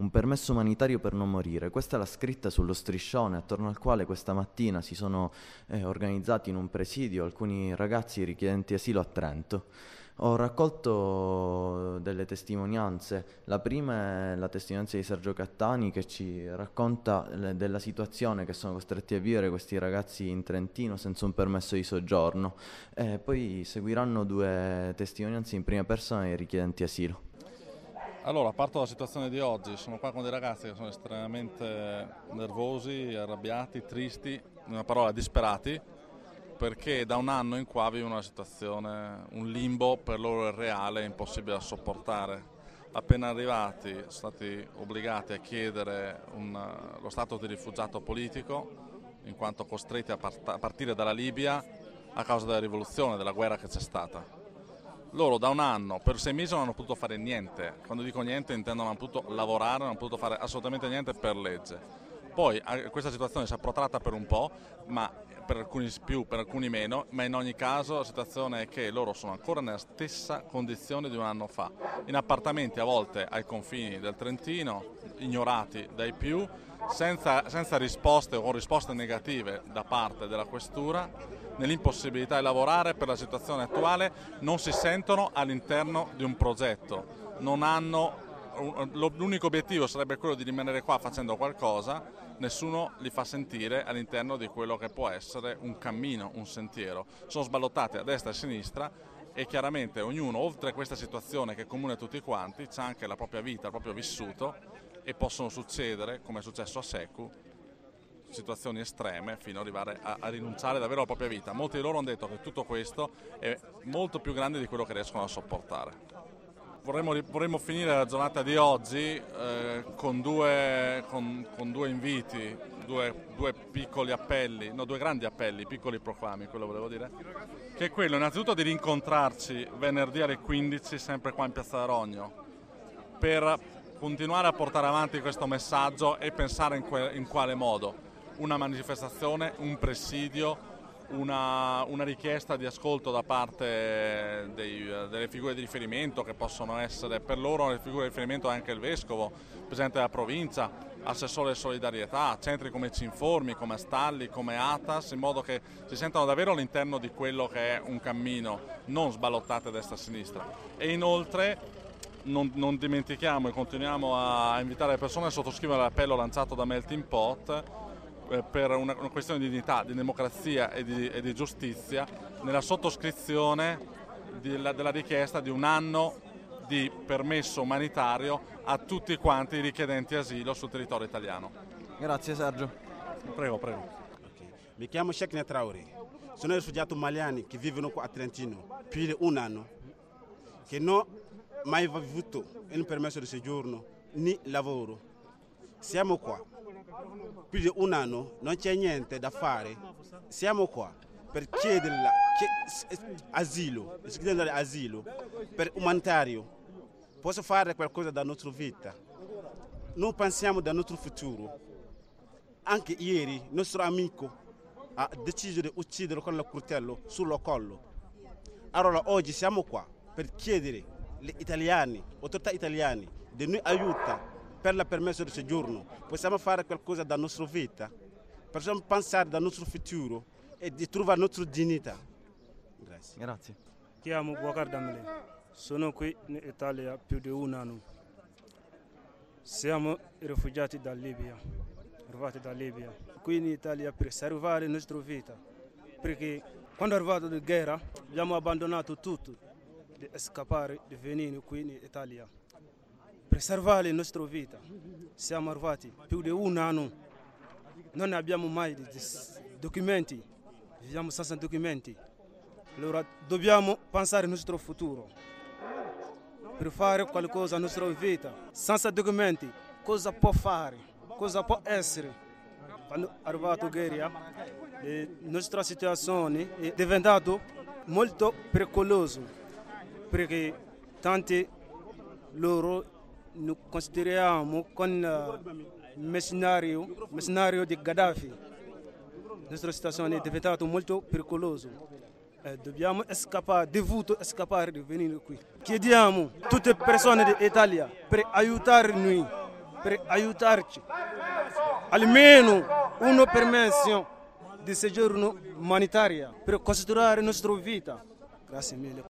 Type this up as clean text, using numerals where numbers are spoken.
un permesso umanitario per non morire. Questa è la scritta sullo striscione attorno al quale questa mattina si sono organizzati in un presidio alcuni ragazzi richiedenti asilo a Trento. Ho raccolto delle testimonianze. La prima è la testimonianza di Sergio Cattani, che ci racconta della situazione che sono costretti a vivere questi ragazzi in Trentino senza un permesso di soggiorno. Poi seguiranno 2 testimonianze in prima persona dei richiedenti asilo. Allora, parto dalla situazione di oggi. Sono qua con dei ragazzi che sono estremamente nervosi, arrabbiati, tristi, in una parola disperati, perché da un anno in qua vivono una situazione, un limbo per loro irreale e impossibile da sopportare. Appena arrivati sono stati obbligati a chiedere lo stato di rifugiato politico, in quanto costretti a partire dalla Libia a causa della rivoluzione, della guerra che c'è stata. Loro da un anno, per 6 mesi non hanno potuto fare niente. Quando dico niente intendo non hanno potuto lavorare, non hanno potuto fare assolutamente niente per legge. Poi questa situazione si è protratta per un po', ma per alcuni più, per alcuni meno, ma in ogni caso la situazione è che loro sono ancora nella stessa condizione di un anno fa, in appartamenti a volte ai confini del Trentino, ignorati dai più, senza risposte o risposte negative da parte della questura, nell'impossibilità di lavorare per la situazione attuale, non si sentono all'interno di un progetto, non hanno. L'unico obiettivo sarebbe quello di rimanere qua facendo qualcosa, nessuno li fa sentire all'interno di quello che può essere un cammino, un sentiero. Sono sballottati a destra e a sinistra e chiaramente ognuno, oltre a questa situazione che è comune a tutti quanti, c'ha anche la propria vita, il proprio vissuto e possono succedere, come è successo a Secu, situazioni estreme fino ad arrivare a rinunciare davvero alla propria vita. Molti di loro hanno detto che tutto questo è molto più grande di quello che riescono a sopportare. Vorremmo finire la giornata di oggi con due inviti, due piccoli appelli, no, 2 grandi appelli, piccoli proclami, quello volevo dire, che è quello innanzitutto di rincontrarci venerdì alle 15 sempre qua in Piazza Arogno per continuare a portare avanti questo messaggio e pensare in quale modo. Una manifestazione, un presidio, una richiesta di ascolto da parte delle figure di riferimento che possono essere per loro le figure di riferimento anche il Vescovo, Presidente della Provincia, Assessore di Solidarietà, centri come Cinformi, come Astalli, come Atas, in modo che si sentano davvero all'interno di quello che è un cammino, non sballottate a destra e a sinistra. E inoltre non dimentichiamo e continuiamo a invitare le persone a sottoscrivere l'appello lanciato da Melting Pot per una questione di dignità, di democrazia e di giustizia, nella sottoscrizione della richiesta di un anno di permesso umanitario a tutti quanti i richiedenti asilo sul territorio italiano. Grazie Sergio. Prego. Okay. Mi chiamo Sheikh Traoré, sono rifugiato maliani che vivono qua a Trentino più di un anno, che non ho mai avuto un permesso di soggiorno né lavoro. Siamo qua. Più di un anno non c'è niente da fare, siamo qua per chiedere asilo, per umanitario. Posso fare qualcosa da nostra vita, non pensiamo al nostro futuro. Anche ieri il nostro amico ha deciso di uccidere con il coltello sul collo. Allora oggi siamo qua per chiedere agli italiani, autorità italiane, di noi aiutare per il permesso di soggiorno. Possiamo fare qualcosa da nostra vita, possiamo pensare al nostro futuro e di trovare la nostra dignità. Grazie. Chiamo Boubacar Damele, sono qui in Italia più di un anno. Siamo rifugiati da Libia, arrivati da Libia. Qui in Italia per salvare la nostra vita, perché quando è arrivato la guerra abbiamo abbandonato tutto, di scappare, di venire qui in Italia. Per salvare la nostra vita siamo arrivati più di un anno, non abbiamo mai documenti, viviamo senza documenti. Allora dobbiamo pensare al nostro futuro, per fare qualcosa nella nostra vita. Senza documenti cosa può fare, cosa può essere? Quando è arrivato la guerra, la nostra situazione è diventata molto pericolosa, perché tanti loro noi consideriamo con mercenario di Gheddafi. La nostra situazione è diventata molto pericolosa. Dobbiamo scappare, dovuto scappare di venire qui. Chiediamo a tutte le persone d'Italia per aiutarci per aiutarci, almeno una permesso di soggiorno umanitaria per costruire la nostra vita. Grazie mille.